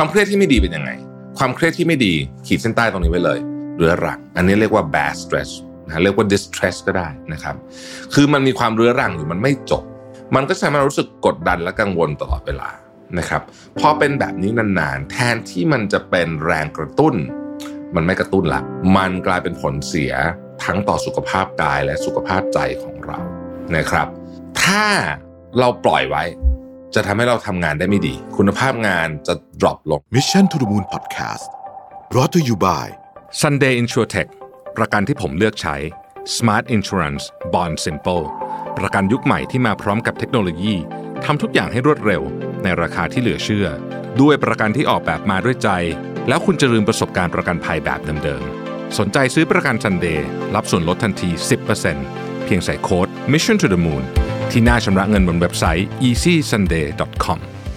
ความเครียดที่ไม่ดีเป็นยังไงความเครียดที่ไม่ดีขีดเส้นใต้ตรงนี้ไว้เลยเรื้อรังอันนี้เรียกว่า bad stress นะเรียกว่า distress ก็ได้นะครับคือมันมีความเรื้อรังอยู่มันไม่จบมันก็ทำให้เรารู้สึกกดดันและกังวลตลอดเวลานะครับพอเป็นแบบนี้นานๆแทนที่มันจะเป็นแรงกระตุ้นมันไม่กระตุ้นละมันกลายเป็นผลเสียทั้งต่อสุขภาพกายและสุขภาพใจของเรานะครับถ้าเราปล่อยไว้จะทำให้เราทำงานได้ไม่ดีคุณภาพงานจะ drop ลง Mission to the Moon Podcast brought to you by Sunday InsurTech ประกันที่ผมเลือกใช้ Smart Insurance Bond Simple ประกันยุคใหม่ที่มาพร้อมกับเทคโนโลยีทำทุกอย่างให้รวดเร็วในราคาที่เหลือเชื่อด้วยประกันที่ออกแบบมาด้วยใจแล้วคุณจะลืมประสบการณ์ประกันภัยแบบเดิมๆสนใจซื้อประกัน Sunday รับส่วนลดทันที 10% เพียงใส่โค้ด Mission to the Moon ที่หน้าชำระเงินบนเว็บไซต์ easysunday.com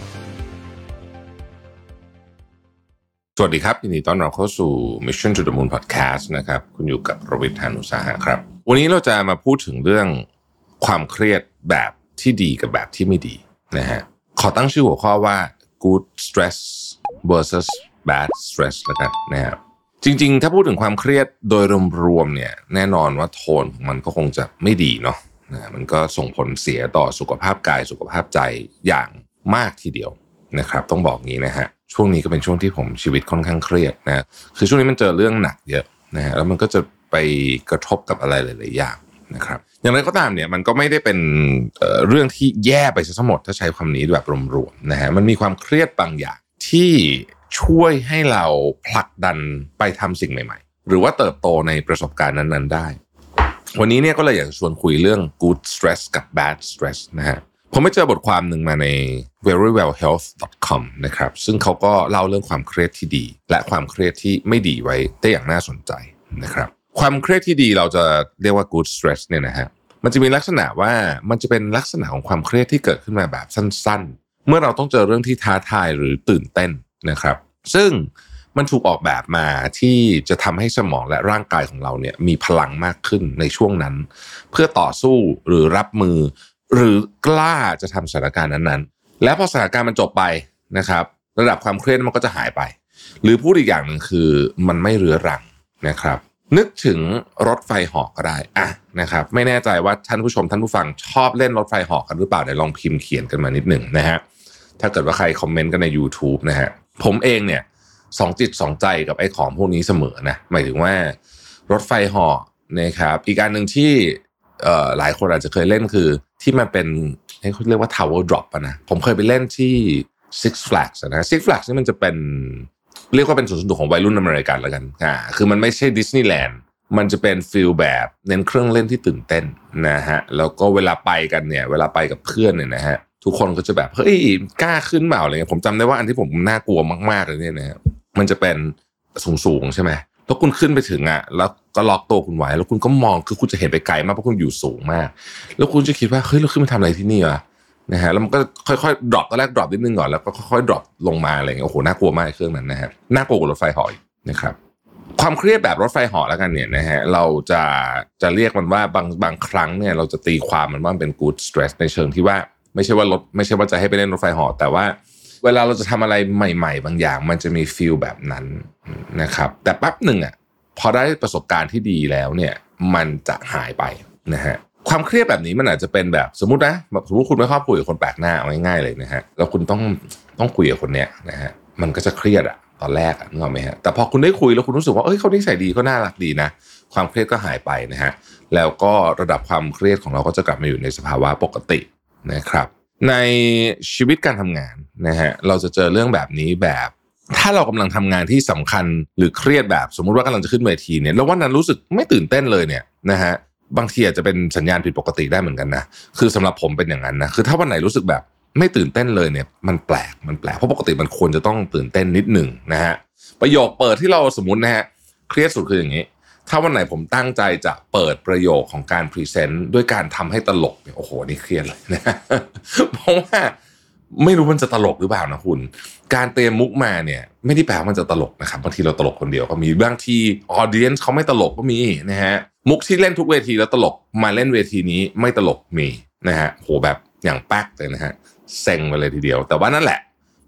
สวัสดีครับยินดีต้อนรับเข้าสู่ Mission to the Moon Podcast นะครับคุณอยู่กับรวิทย์ หาญอุตสาหะครับวันนี้เราจะมาพูดถึงเรื่องความเครียดแบบที่ดีกับแบบที่ไม่ดีนะฮะขอตั้งชื่อหัวข้อว่า good stress versus bad stress แล้วกันนะครับจริงๆถ้าพูดถึงความเครียดโดยรวมๆเนี่ยแน่นอนว่าโทนของมันก็คงจะไม่ดีเนาะนะมันก็ส่งผลเสียต่อสุขภาพกายสุขภาพใจอย่างมากทีเดียวนะครับต้องบอกงี้นะฮะช่วงนี้ก็เป็นช่วงที่ผมชีวิตค่อนข้างเครียดนะคือช่วงนี้มันเจอเรื่องหนักเยอะนะฮะแล้วมันก็จะไปกระทบกับอะไรหลายๆอย่างนะครับอย่างไรก็ตามเนี่ยมันก็ไม่ได้เป็นเรื่องที่แย่ไปซะทั้งหมดถ้าใช้คำนี้แบบรวมๆนะฮะมันมีความเครียดบางอย่างที่ช่วยให้เราผลักดันไปทำสิ่งใหม่ๆหรือว่าเติบโตในประสบการณ์นั้นๆได้วันนี้เนี่ยก็เลยอยากชวนคุยเรื่อง good stress กับ bad stress นะฮะผมไปเจอบทความหนึ่งมาใน verywellhealth.com นะครับซึ่งเขาก็เล่าเรื่องความเครียดที่ดีและความเครียดที่ไม่ดีไว้ได้อย่างน่าสนใจนะครับความเครียดที่ดีเราจะเรียกว่า good stress เนี่ยนะฮะมันจะมีลักษณะว่ามันจะเป็นลักษณะของความเครียดที่เกิดขึ้นมาแบบสั้นๆเมื่อเราต้องเจอเรื่องที่ท้าทายหรือตื่นเต้นนะครับซึ่งมันถูกออกแบบมาที่จะทำให้สมองและร่างกายของเราเนี่ยมีพลังมากขึ้นในช่วงนั้นเพื่อต่อสู้หรือรับมือหรือกล้าจะทำสถานการณ์นั้นๆและพอสถานการณ์มันจบไปนะครับระดับความเครียดมันก็จะหายไปหรือพูดอีกอย่างหนึ่งคือมันไม่เรื้อรังนะครับนึกถึงรถไฟเหาะก็ได้นะครับไม่แน่ใจว่าท่านผู้ชมท่านผู้ฟังชอบเล่นรถไฟเหาะกันหรือเปล่าเดี๋ยวลองพิมพ์เขียนกันมานิดหนึ่งนะฮะถ้าเกิดว่าใครคอมเมนต์กันใน YouTube นะฮะผมเองเนี่ยสองจิตสองใจกับไอ้ของพวกนี้เสมอนะหมายถึงว่ารถไฟเหาะนะครับอีกอันหนึ่งที่หลายคนอาจจะเคยเล่นคือที่มันเป็นเขาเรียกว่า Tower Drop นะผมเคยไปเล่นที่ Six Flags นะ Six Flags นี่มันจะเป็นเรียกว่าเป็นศูนย์สนุกของวัยรุ่นอเมริกันแล้วกันคือมันไม่ใช่ดิสนีย์แลนด์มันจะเป็นฟีลแบบเน้นเครื่องเล่นที่ตื่นเต้นนะฮะแล้วก็เวลาไปกันเนี่ยเวลาไปกับเพื่อนเนี่ยนะฮะทุกคนก็จะแบบเฮ้ยกล้าขึ้นเปล่าอะไรเงี้ยผมจำได้ว่าอันที่ผมน่ากลัวมากๆเลยเนี่ยนะฮะมันจะเป็นสูงๆใช่ไหมแล้วคุณขึ้นไปถึงแล้วก็ล็อกตัวคุณไว้แล้วคุณก็มองคือคุณจะเห็นไปไกลมากเพราะคุณอยู่สูงมากแล้วคุณจะคิดว่าเฮ้ยเราขึ้นมาทำอะไรที่นี่วะนะฮะแล้วมันก็ค่อยๆ drop ตอนแรก drop นิดนึงก่อนแล้วก็ค่อยๆ drop ลงมาอะไรเงี้ยโอ้โหน่ากลัวมากเครื่องนั้นนะฮะน่ากลัวกว่ารถไฟเหาะนะครับความเครียดแบบรถไฟเหาะแล้วกันเนี่ยนะฮะเราจะเรียกมันว่าบางครั้งเนี่ยเราจะตีความมันว่าเป็น good stress ในเชิงที่ว่าไม่ใช่ว่าจะให้ไปเล่นรถไฟเหาะแต่ว่าเวลาเราจะทำอะไรใหม่ๆบางอย่างมันจะมีฟีลแบบนั้นนะครับแต่แป๊บหนึ่งพอได้ประสบการณ์ที่ดีแล้วเนี่ยมันจะหายไปนะฮะความเครียดแบบนี้มันอาจจะเป็นแบบสมมุติคุณไม่ชอบคุยกับคนแปลกหน้าเอาง่ายๆเลยนะฮะแล้วคุณต้องคุยกับคนเนี้ยนะฮะมันก็จะเครียดตอนแรกนึกออกไหมฮะแต่พอคุณได้คุยแล้วคุณรู้สึกว่าเขานิสัยดีก็น่ารักดีนะความเครียดก็หายไปนะฮะแล้วก็ระดับความเครียดของเราก็จะกลับมาอยู่ในสภาวะปกตินะครับในชีวิตการทำงานนะฮะเราจะเจอเรื่องแบบนี้แบบถ้าเรากำลังทำงานที่สำคัญหรือเครียดแบบสมมุติว่ากำลังจะขึ้นเวทีเนี่ยแล้ววันนั้นรู้สึกไม่ตื่นเต้นเลยเนี่ยนะฮะบางทีอาจจะเป็นสัญญาณผิดปกติได้เหมือนกันนะคือสำหรับผมเป็นอย่างนั้นนะคือถ้าวันไหนรู้สึกแบบไม่ตื่นเต้นเลยเนี่ยมันแปลกเพราะปกติมันควรจะต้องตื่นเต้นนิดหนึ่งนะฮะประโยคเปิดที่เราสมมุตินะฮะเครียดสุดคืออย่างนี้ถ้าวันไหนผมตั้งใจจะเปิดประโยคของการพรีเซนต์ด้วยการทำให้ตลกเนี่ยโอ้โหนี่เครียดเลยนะเพราะว่าไม่รู้มันจะตลกหรือเปล่านะคุณการเตรียมมุกมาเนี่ยไม่ได้แปลว่ามันจะตลกนะครับบางทีเราตลกคนเดียวก็มีบางทีออเดียนซ์เขาไม่ตลกก็มีนะฮะมุกที่เล่นทุกเวทีแล้วตลกมาเล่นเวทีนี้ไม่ตลกมีนะฮะโหแบบอย่างแป๊กเลยนะฮะเซ็งไปเลยทีเดียวแต่ว่านั่นแหละพ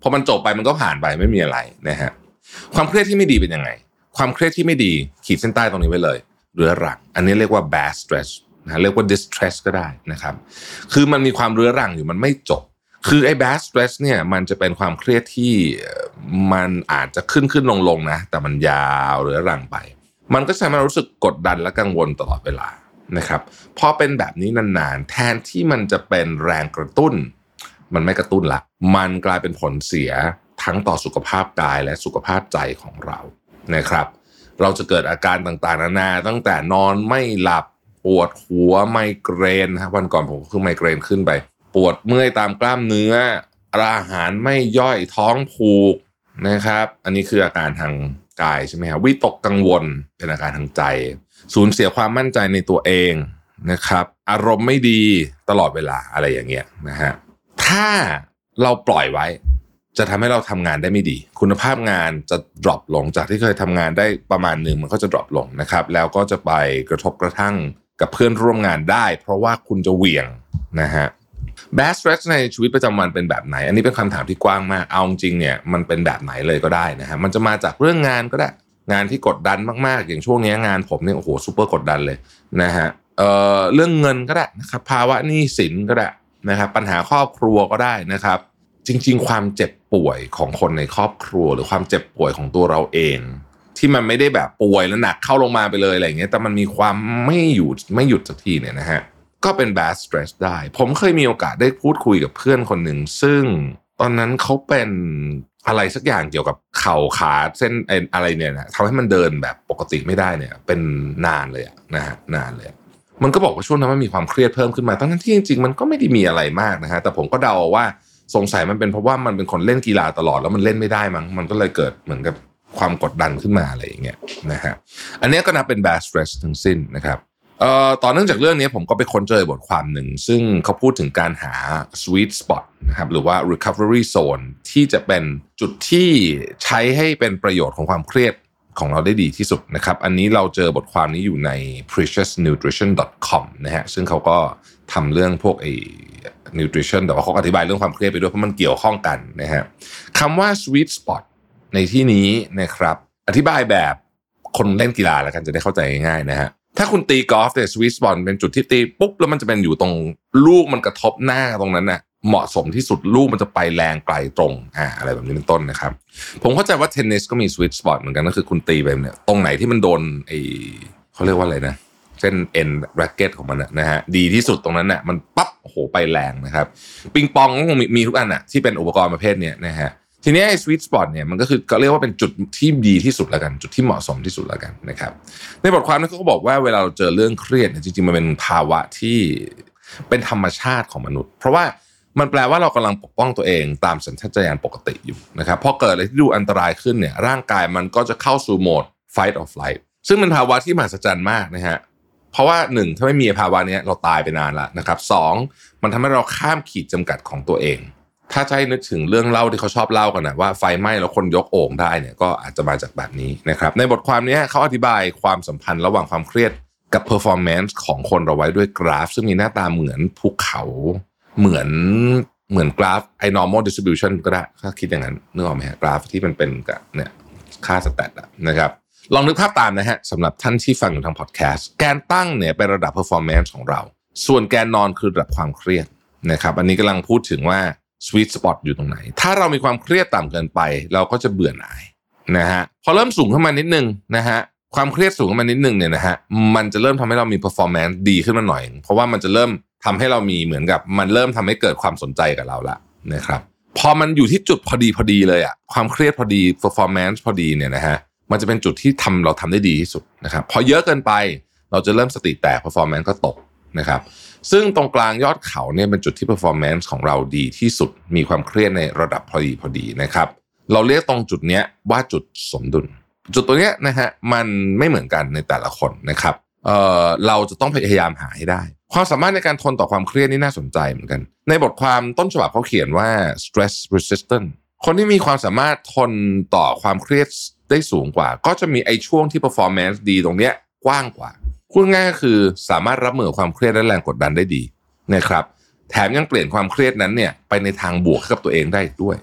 อมันจบไปมันก็ผ่านไปไม่มีอะไรนะฮะความเครียดที่ไม่ดีเป็นยังไงความเครียดที่ไม่ดีขีดเส้นใต้ตรงนี้ไว้เลยเรื้อรังอันนี้เรียกว่า bad stress นะเรียกว่า distress ก็ได้นะครับคือมันมีความเรื้อรังอยู่มันไม่จบคือไอ้ bad stress เนี่ยมันจะเป็นความเครียดที่มันอาจจะขึ้นลงนะแต่มันยาวเรื้อรังไปมันก็จะทำให้เรารู้สึกกดดันและกังวลตลอดเวลานะครับพอเป็นแบบนี้นานๆแทนที่มันจะเป็นแรงกระตุ้นมันไม่กระตุ้นละมันกลายเป็นผลเสียทั้งต่อสุขภาพกายและสุขภาพใจของเรานะครับเราจะเกิดอาการต่างๆนานาตั้งแต่นอนไม่หลับปวดหัวไมเกรนนะวันก่อนผมคือไมเกรนขึ้นไปปวดเมื่อยตามกล้ามเนื้ออาหารไม่ย่อยท้องผูกนะครับอันนี้คืออาการทางกายใช่ไหมครับวิตกกังวลเป็นอาการทางใจสูญเสียความมั่นใจในตัวเองนะครับอารมณ์ไม่ดีตลอดเวลาอะไรอย่างเงี้ยนะฮะถ้าเราปล่อยไว้จะทำให้เราทำงานได้ไม่ดีคุณภาพงานจะ drop ลงจากที่เคยทำงานได้ประมาณนึงมันก็จะ drop ลงนะครับแล้วก็จะไปกระทบกระทั่งกับเพื่อนร่วมงานได้เพราะว่าคุณจะเหวี่ยงนะฮะ bad stress ในชีวิตประจำวันเป็นแบบไหนอันนี้เป็นคำถามที่กว้างมากเอาจริงเนี่ยมันเป็นแบบไหนเลยก็ได้นะฮะมันจะมาจากเรื่องงานก็ได้งานที่กดดันมากๆอย่างช่วงนี้งานผมเนี่ยโอ้โหซุปเปอร์กดดันเลยนะฮะเรื่องเงินก็ได้นะครับภาวะหนี้สินก็ได้นะครับปัญหาครอบครัวก็ได้นะครับจริงๆความเจ็บป่วยของคนในครอบครัวหรือความเจ็บป่วยของตัวเราเองที่มันไม่ได้แบบป่วยแล้วหนักเข้าลงมาไปเลยอะไรอย่างเงี้ยแต่มันมีความไม่หยุดสักทีเนี่ยนะฮะก็เป็น bad stress ได้ผมเคยมีโอกาสได้พูดคุยกับเพื่อนคนหนึ่งซึ่งตอนนั้นเขาเป็นอะไรสักอย่างเกี่ยวกับเข่าขาเส้นอะไรเนี่ยนะทำให้มันเดินแบบปกติไม่ได้เนี่ยเป็นนานเลยนะฮะนานเลยมันก็บอกว่าช่วงนั้นมันมีความเครียดเพิ่มขึ้นมาทั้งที่จริงๆมันก็ไม่ได้มีอะไรมากนะฮะแต่ผมก็เดาว่าสงสัยมันเป็นเพราะว่ามันเป็นคนเล่นกีฬาตลอดแล้วมันเล่นไม่ได้มั้งมันก็เลยเกิดเหมือนกับความกดดันขึ้นมาอะไรอย่างเงี้ยนะฮะอันนี้ก็นับเป็น bad stress ทั้งสิ้นนะครับต่อเนื่องจากเรื่องนี้ผมก็ไปค้นเจอบทความหนึ่งซึ่งเขาพูดถึงการหา sweet spot นะครับหรือว่า recovery zone ที่จะเป็นจุดที่ใช้ให้เป็นประโยชน์ของความเครียดของเราได้ดีที่สุดนะครับอันนี้เราเจอบทความนี้อยู่ใน preciousnutrition.com นะฮะซึ่งเขาก็ทำเรื่องพวกnutrition แต่ว่าเขาอธิบายเรื่องความเครียดไปด้วยเพราะมันเกี่ยวข้องกันนะฮะคำว่า sweet spot ในที่นี้นะครับอธิบายแบบคนเล่นกีฬาแล้วกันจะได้เข้าใจง่ายๆนะฮะถ้าคุณตีกอล์ฟเนี่ยสวีทสปอตเป็นจุดที่ตีปุ๊บแล้วมันจะเป็นอยู่ตรงลูกมันกระทบหน้าตรงนั้นน่ะเหมาะสมที่สุดลูกมันจะไปแรงไกลตรงอะไรแบบนี้เป็นต้นนะครับผมเข้าใจว่าเทนนิสก็มีสวีทสปอตเหมือนกันก็คือคุณตีไปเนี่ยตรงไหนที่มันโดนเขาเรียกว่าอะไรนะเส้นเอ็นแร็กเก็ตของมันนะฮะดีที่สุดตรงนั้นน่ะมันปั๊บโอ้โหไปแรงนะครับปิงปองก็คงมีทุกอันน่ะที่เป็นอุปกรณ์ประเภทนี้นะฮะทีนี้ไอ้สวีทสปอตเนี่ยมันก็คือก็เรียกว่าเป็นจุดที่ดีที่สุดแล้วกันจุดที่เหมาะสมที่สุดแล้วกันนะครับในบทความนั้นเขาก็บอกว่าเวลาเราเจอเรื่องเครียดเนี่ยจริงๆมันเป็นภาวะที่เป็นธรรมชาติของมนุษย์เพราะว่ามันแปลว่าเรากำลังปกป้องตัวเองตามสัญชาตญาณปกติอยู่นะครับพอเกิดอะไรที่ดูอันตรายขึ้นเนี่ยร่างกายมันก็จะเข้าสู่โหมด fight or flight ซึ่งเป็นภาวะที่มหัศจรรย์มากนะฮะเพราะว่า1ถ้าไม่มีภาวะนี้เราตายไปนานแล้วนะครับ2มันทำให้เราข้ามขีดจำกัดของตัวเองถ้าจะให้นึกถึงเรื่องเล่าที่เขาชอบเล่ากันนะว่าไฟไหม้แล้วคนยกโอ่งได้เนี่ยก็อาจจะมาจากแบบนี้นะครับในบทความนี้เขาอธิบายความสัมพันธ์ระหว่างความเครียดกับ performance ของคนเราไว้ด้วยกราฟซึ่งมีหน้าตาเหมือนภูเขาเหมือนกราฟnormal distribution ก็ได้ถ้าคิดอย่างนั้นนึกออกไหมฮะกราฟที่มันเป็นกับเนี่ยค่าสแตทนะครับลองนึกภาพตามนะฮะสำหรับท่านที่ฟังอยู่ทางพอดแคสต์แกนตั้งเนี่ยเป็นระดับ performance ของเราส่วนแกนนอนคือระดับความเครียดนะครับอันนี้กำลังพูดถึงว่าsweet spot อยู่ตรงไหนถ้าเรามีความเครียดต่ำเกินไปเราก็จะเบื่อหน่ายนะฮะพอเริ่มสูงขึ้นมานิดนึงนะฮะความเครียดสูงขึ้นมานิดนึงเนี่ยนะฮะมันจะเริ่มทำให้เรามี performance ดีขึ้นมาหน่อยเพราะว่ามันจะเริ่มทำให้เรามีเหมือนกับมันเริ่มทำให้เกิดความสนใจกับเราละนะครับพอมันอยู่ที่จุดพอดีเลยอ่ะความเครียดพอดี performance พอดีเนี่ยนะฮะมันจะเป็นจุดที่เราทำได้ดีที่สุดนะครับพอเยอะเกินไปเราจะเริ่มสติแตก performance ก็ตกนะครับซึ่งตรงกลางยอดเขาเนี่ยเป็นจุดที่ performance ของเราดีที่สุดมีความเครียดในระดับพอดีนะครับเราเรียกตรงจุดเนี้ยว่าจุดสมดุลจุดตัวเนี้ยนะฮะมันไม่เหมือนกันในแต่ละคนนะครับเราจะต้องพยายามหาให้ได้ความสามารถในการทนต่อความเครียดนี่น่าสนใจเหมือนกันในบทความต้นฉบับเขาเขียนว่า stress resistant คนที่มีความสามารถทนต่อความเครียดได้สูงกว่าก็จะมีไอ้ช่วงที่ performance ดีตรงเนี้ยกว้างกว่าพูดง่ายก็คือสามารถรับมือความเครียดและแรงกดดันได้ดีนะครับแถมยังเปลี่ยนความเครียดนั้นเนี่ยไปในทางบวกให้กับตัวเองได้ด้วย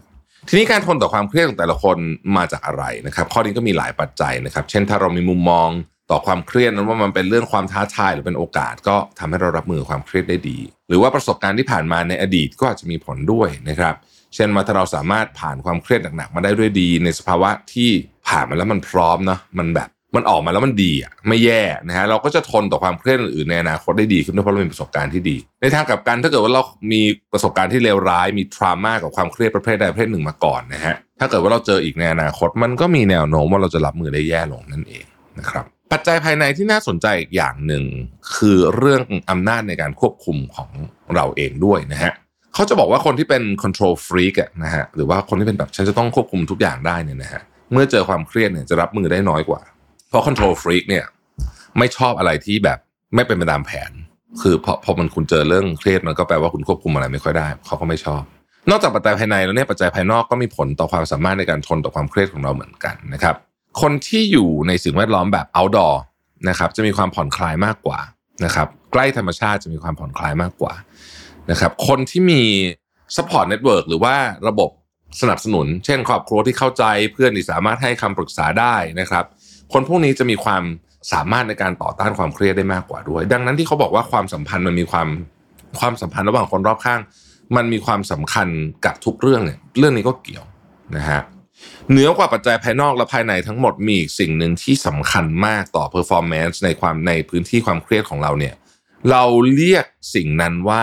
ทีนี้การทนต่อความเครียดของแต่ละคนมาจากอะไรนะครับข้อนี้ก็มีหลายปัจจัยนะครับเช่นถ้าเรามีมุมมองต่อความเครียดนั้นว่ามันเป็นเรื่องความท้าทายหรือเป็นโอกาสก็ทำให้เรารับมือความเครียดได้ดีหรือว่าประสบการณ์ที่ผ่านมาในอดีตก็อาจจะมีผลด้วยนะครับเช่นว่าถ้าเราสามารถผ่านความเครียดหนักๆมาได้ด้วยดีในสภาวะที่ผ่านมาแล้วมันพร้อมเนาะมันออกมาแล้วมันดีอ่ะไม่แย่นะฮะเราก็จะทนต่อความเครียดอื่นๆในอนาคตได้ดีขึ้นเพราะเรามีประสบการณ์ที่ดีในทางกลับกันถ้าเกิดว่าเรามีประสบการณ์ที่เลวร้ายมีทรามากับความเครียดประเภทใดประเภทหนึ่งมาก่อนนะฮะถ้าเกิดว่าเราเจออีกในอนาคตมันก็มีแนวโน้มว่าเราจะรับมือได้แย่ลงนั่นเองนะครับปัจจัยภายในที่น่าสนใจอีกอย่างหนึ่งคือเรื่องอำนาจในการควบคุมของเราเองด้วยนะฮะเขาจะบอกว่าคนที่เป็น control freak นะฮะหรือว่าคนที่เป็นแบบฉันจะต้องควบคุมทุกอย่างได้เนี่ยนะฮะเมื่อเจอความเครียดเนี่ยจะรับมือได้น้อยกว่าเพราะ control freak เนี่ยไม่ชอบอะไรที่แบบไม่เป็นไปตามแผนคือพอมันคุณเจอเรื่องเครียดมันก็แปลว่าคุณควบคุมอะไรไม่ค่อยได้เขาก็ไม่ชอบนอกจากปัจจัยภายในแล้วเนี่ยปัจจัยภายนอกก็มีผลต่อความสามารถในการทนต่อความเครียดของเราเหมือนกันนะครับคนที่อยู่ในสิ่งแวดล้อมแบบ outdoor นะครับจะมีความผ่อนคลายมากกว่านะครับใกล้ธรรมชาติจะมีความผ่อนคลายมากกว่านะครับคนที่มี support network หรือว่าระบบสนับสนุนเช่นครอบครัวที่เข้าใจเพื่อนที่สามารถให้คำปรึกษาได้นะครับคนพวกนี้จะมีความสามารถในการต่อต้านความเครียดได้มากกว่าด้วยดังนั้นที่เขาบอกว่าความสัมพันธ์มันมีความสัมพันธ์ระหว่างคนรอบข้างมันมีความสำคัญกับทุกเรื่องเนี่ยเรื่องนี้ก็เกี่ยวนะฮะเหนือกว่าปัจจัยภายนอกและภายในทั้งหมดมีอีกสิ่งหนึ่งที่สำคัญมากต่อ performance ในพื้นที่ความเครียดของเราเนี่ยเราเรียกสิ่งนั้นว่า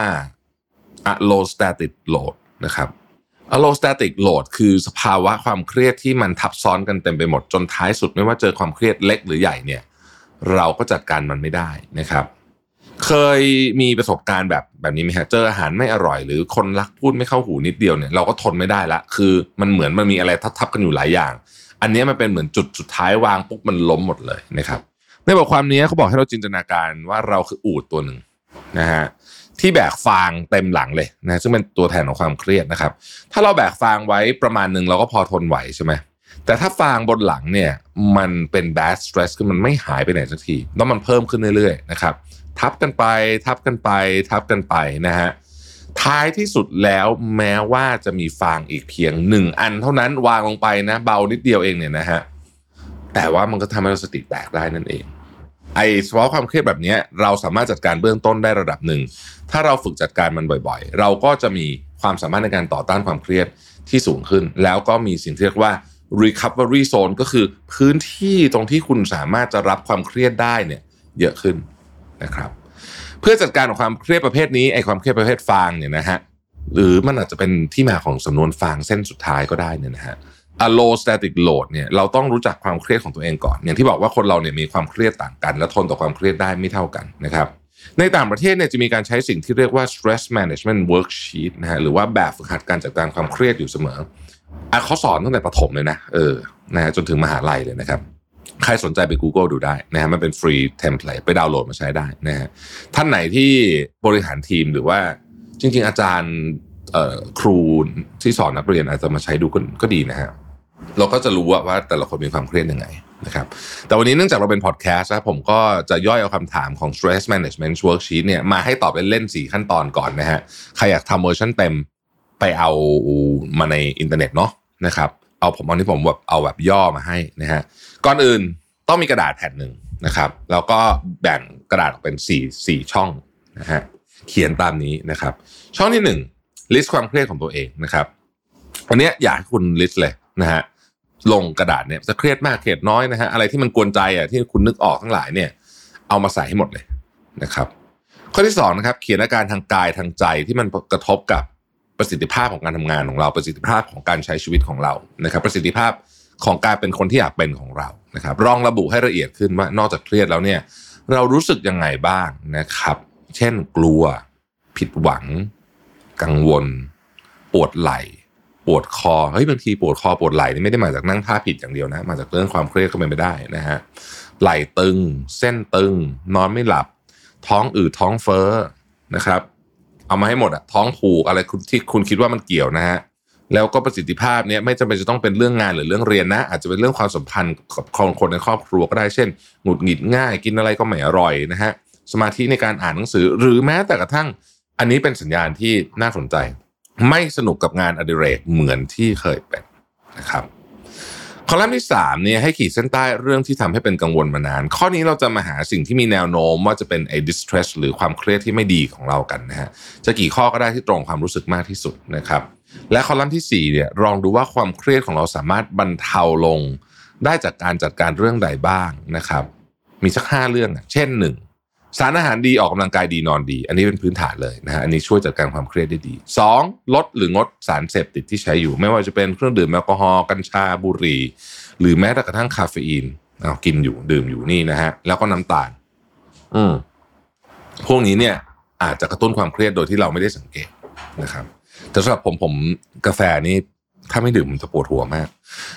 allostatic load นะครับ allostatic load คือสภาวะความเครียดที่มันทับซ้อนกันเต็มไปหมดจนท้ายสุดไม่ว่าเจอความเครียดเล็กหรือใหญ่เนี่ยเราก็จัดการมันไม่ได้นะครับเคยมีประสบการณ์แบบนี้ไหมฮะเจออาหารไม่อร่อยหรือคนรักพูดไม่เข้าหูนิดเดียวเนี่ยเราก็ทนไม่ได้ละคือมันเหมือนมันมีอะไรทับกันอยู่หลายอย่างอันนี้มันเป็นเหมือนจุดสุดท้ายวางปุ๊บมันล้มหมดเลยนะครับในบทความนี้เขาบอกให้เราจินตนาการว่าเราคืออูฐตัวหนึ่งนะฮะที่แบกฟางเต็มหลังเลยนะซึ่งเป็นตัวแทนของความเครียดนะครับถ้าเราแบกฟางไว้ประมาณนึงเราก็พอทนไหวใช่ไหมแต่ถ้าฟางบนหลังเนี่ยมันเป็น bad stress คือมันไม่หายไปไหนสักทีแล้วมันเพิ่มขึ้นเรื่อยๆนะครับทับกันไปนะฮะท้ายที่สุดแล้วแม้ว่าจะมีฟางอีกเพียง1อันเท่านั้นวางลงไปนะเบานิดเดียวเองเนี่ยนะฮะแต่ว่ามันก็ทำให้เราสติแตกได้นั่นเองเฉพาะความเครียดแบบนี้เราสามารถจัดการเบื้องต้นได้ระดับหนึ่งถ้าเราฝึกจัดการมันบ่อยๆเราก็จะมีความสามารถในการต่อต้านความเครียดที่สูงขึ้นแล้วก็มีสิ่งที่เรียกว่า recovery zone ก็คือพื้นที่ตรงที่คุณสามารถจะรับความเครียดได้เนี่ยเยอะขึ้นนะครับเพื่อจัดการกับความเครียดประเภทนี้ความเครียดประเภทฟางเนี่ยนะฮะหรือมันอาจจะเป็นที่มาของสำนวนฟางเส้นสุดท้ายก็ได้เนี่ยนะฮะallostatic load เนี่ยเราต้องรู้จักความเครียดของตัวเองก่อนอย่างที่บอกว่าคนเราเนี่ยมีความเครียดต่างกันและทนต่อความเครียดได้ไม่เท่ากันนะครับในต่างประเทศเนี่ยจะมีการใช้สิ่งที่เรียกว่า stress management worksheet นะฮะหรือว่าแบบฝึกหัดการจัดการความเครียดอยู่เสมอเขาสอนตั้งแต่ประถมเลยนะนะฮะจนถึงมหาลัยเลยนะครับใครสนใจไป Google ดูได้นะฮะมันเป็นฟรีเทมเพลตไปดาวน์โหลดมาใช้ได้นะฮะท่านไหนที่บริหารทีมหรือว่าจริงๆอาจารย์ครูที่สอนนักเรียนอาจจะมาใช้ดูก็ดีนะฮะเราก็จะรู้ว่าแต่ละคนมีความเครียดยังไงนะครับแต่วันนี้เนื่องจากเราเป็นพอดแคสต์นะผมก็จะย่อยเอาคำถามของ stress management worksheet เนี่ยมาให้ตอบเล่นๆ4ขั้นตอนก่อนนะฮะใครอยากทำเวอร์ชันเต็มไปเอามาในอินเทอร์เน็ตเนาะนะครับเอาที่ผมแบบเอาแบบย่อมาให้นะฮะก่อนอื่นต้องมีกระดาษแผ่นหนึ่งนะครับแล้วก็แบ่งกระดาษออกเป็น4ช่องนะฮะเขียนตามนี้นะครับช่องที่1 list ความเครียดของตัวเองนะครับอันนี้อยากให้คุณ list เลยนะฮะลงกระดาษเนี่ยจะเครียดมากเครียดน้อยนะฮะอะไรที่มันกวนใจที่คุณนึกออกทั้งหลายเนี่ยเอามาใส่ให้หมดเลยนะครับข้อที่2นะครับเขียนอาการทางกายทางใจที่มันกระทบกับประสิทธิภาพของการทำงานของเราประสิทธิภาพของการใช้ชีวิตของเรานะครับประสิทธิภาพของการเป็นคนที่อยากเป็นของเรานะครับลองระบุให้ละเอียดขึ้นว่านอกจากเครียดแล้วเนี่ยเรารู้สึกยังไงบ้างนะครับเช่นกลัวผิดหวังกังวลปวดไหล่ปวดคอบางทีปวดคอปวดไหล่นี่ไม่ได้มาจากนั่งท่าผิดอย่างเดียวนะมาจากเรื่องความเครียดก็เป็นไปได้นะฮะไหล่ตึงเส้นตึงนอนไม่หลับท้องอืดท้องเฟ้อนะครับเอามาให้หมดท้องผูกอะไรที่คุณคิดว่ามันเกี่ยวนะฮะแล้วก็ประสิทธิภาพเนี่ยไม่จำเป็นจะต้องเป็นเรื่องงานหรือเรื่องเรียนนะอาจจะเป็นเรื่องความสัมพันธ์กับคนในครอบครัวก็ได้เช่นหงุดหงิดง่ายกินอะไรก็ไม่อร่อยนะฮะสมาธิในการอ่านหนังสือหรือแม้แต่กระทั่งอันนี้เป็นสัญญาณที่น่าสนใจไม่สนุกกับงานอดิเรกเหมือนที่เคยเป็นนะครับคอลัมน์ที่3เนี่ยให้ขีดเส้นใต้เรื่องที่ทำให้เป็นกังวลมานานข้อนี้เราจะมาหาสิ่งที่มีแนวโน้มว่าจะเป็นdistress หรือความเครียดที่ไม่ดีของเรากันนะฮะจะกี่ข้อก็ได้ที่ตรงความรู้สึกมากที่สุดนะครับและคอลัมน์ที่4เนี่ยลองดูว่าความเครียดของเราสามารถบรรเทาลงได้จากการจัดการเรื่องใดบ้างนะครับมีสัก5เรื่องเช่น1สารอาหารดีออกกำลังกายดีนอนดีอันนี้เป็นพื้นฐานเลยนะฮะอันนี้ช่วยจัดการความเครียดได้ดี2ลดหรืองดสารเสพติดที่ใช้อยู่ไม่ว่าจะเป็นเครื่องดื่มแอลกอฮอล์กัญชาบุหรี่หรือแม้แต่กระทั่งคาเฟอีนกินอยู่ดื่มอยู่นี่นะฮะแล้วก็น้ำตาลพวกนี้เนี่ยอาจจะกระตุ้นความเครียดโดยที่เราไม่ได้สังเกตนะครับแต่สำหรับผมกาแฟนี่ถ้าไม่ดื่มมันจะปวดหัวมาก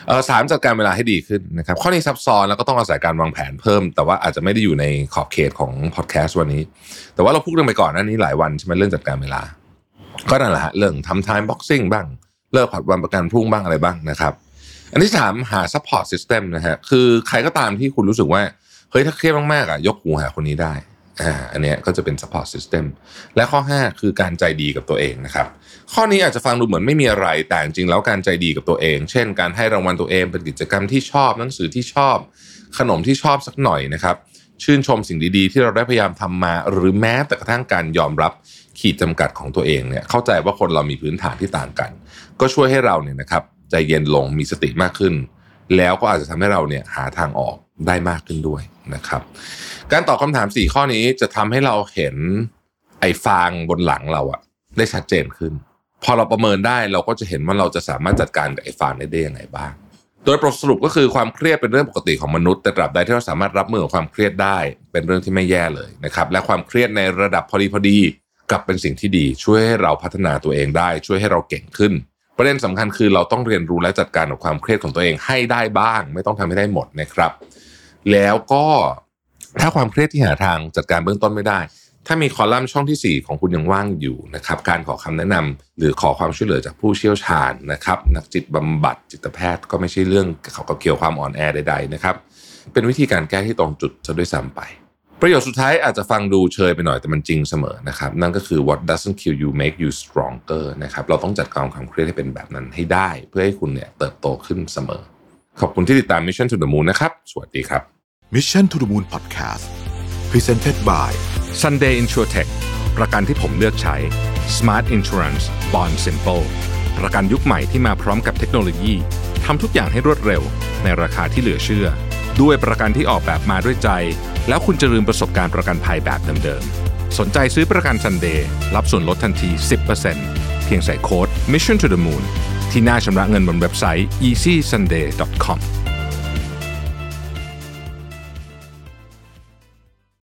3จัดการเวลาให้ดีขึ้นนะครับข้อนี้ซับซ้อนแล้วก็ต้องอาศัยการวางแผนเพิ่มแต่ว่าอาจจะไม่ได้อยู่ในขอบเขตของพอดแคสต์วันนี้แต่ว่าเราพูดเรื่องไปก่อนหน้านี้หลายวันใช่ไหมเรื่องจัดการเวลาก็นั่นแหละฮะเรื่องทำ time boxing บ้างเลิกผัดวันประกันพรุ่งบ้างอะไรบ้างนะครับอันที่3หา support system นะฮะคือใครก็ตามที่คุณรู้สึกว่าเฮ้ยถ้าเครียดมากๆยกหูหาคนนี้ได้อันเนี้ยก็จะเป็น support system และข้อ5คือการใจดีกับตัวเองนะครับข้อนี้อาจจะฟังดูเหมือนไม่มีอะไรแต่จริงแล้วการใจดีกับตัวเองเช่นการให้รางวัลตัวเองเป็นกิจกรรมที่ชอบหนังสือที่ชอบขนมที่ชอบสักหน่อยนะครับชื่นชมสิ่งดีๆที่เราได้พยายามทำมาหรือแม้แต่กระทั่งการยอมรับขีดจำกัดของตัวเองเนี่ยเข้าใจว่าคนเรามีพื้นฐานที่ต่างกันก็ช่วยให้เราเนี่ยนะครับใจเย็นลงมีสติมากขึ้นแล้วก็อาจจะทำให้เราเนี่ยหาทางออกได้มากขึ้นด้วยนะครับการตอบคำถาม4ข้อนี้จะทำให้เราเห็นไอ้ฟางบนหลังเราอะได้ชัดเจนขึ้นพอเราประเมินได้เราก็จะเห็นว่าเราจะสามารถจัดการกับไอ้ฟางได้ยังไงบ้างโดยสรุปก็คือความเครียดเป็นเรื่องปกติของมนุษย์แต่ตราบใดที่เราสามารถรับมือกับความเครียดได้เป็นเรื่องที่ไม่แย่เลยนะครับและความเครียดในระดับพอดีกลับเป็นสิ่งที่ดีช่วยให้เราพัฒนาตัวเองได้ช่วยให้เราเก่งขึ้นประเด็นสำคัญคือเราต้องเรียนรู้และจัดการกับความเครียดของตัวเองให้ได้บ้างไม่ต้องทำให้ได้หมดนะครับแล้วก็ถ้าความเครียดที่หาทางจัดการเบื้องต้นไม่ได้ถ้ามีคอลัมน์ช่องที่4ของคุณยังว่างอยู่นะครับการขอคำแนะนำหรือขอความช่วยเหลือจากผู้เชี่ยวชาญนะครับนักจิตบำบัดจิตแพทย์ก็ไม่ใช่เรื่องเกี่ยวความอ่อนแอใดๆนะครับเป็นวิธีการแก้ที่ตรงจุดซะด้วยซ้ำไปประโยคสุดท้ายอาจจะฟังดูเชยไปหน่อยแต่มันจริงเสมอนะครับนั่นก็คือ what doesn't kill you make you stronger นะครับเราต้องจัดการความเครียดให้เป็นแบบนั้นให้ได้เพื่อให้คุณเนี่ยเติบโตขึ้นเสมอขอบคุณที่ติดตาม Mission to the Moon นะครับสวัสดีครับ Mission to the Moon Podcast Presented by Sunday Insurtech ประกันที่ผมเลือกใช้ Smart Insurance Bond Simple ประกันยุคใหม่ที่มาพร้อมกับเทคโนโลยีทำทุกอย่างให้รวดเร็วในราคาที่เหลือเชื่อด้วยประกันที่ออกแบบมาด้วยใจแล้วคุณจะลืมประสบการณ์ประกันภัยแบบเดิมๆสนใจซื้อประกัน Sunday รับส่วนลดทันที 10% เพียงใส่โค้ด Mission to the Moon ที่หน้าชำระเงินบนเว็บไซต์ easysunday.com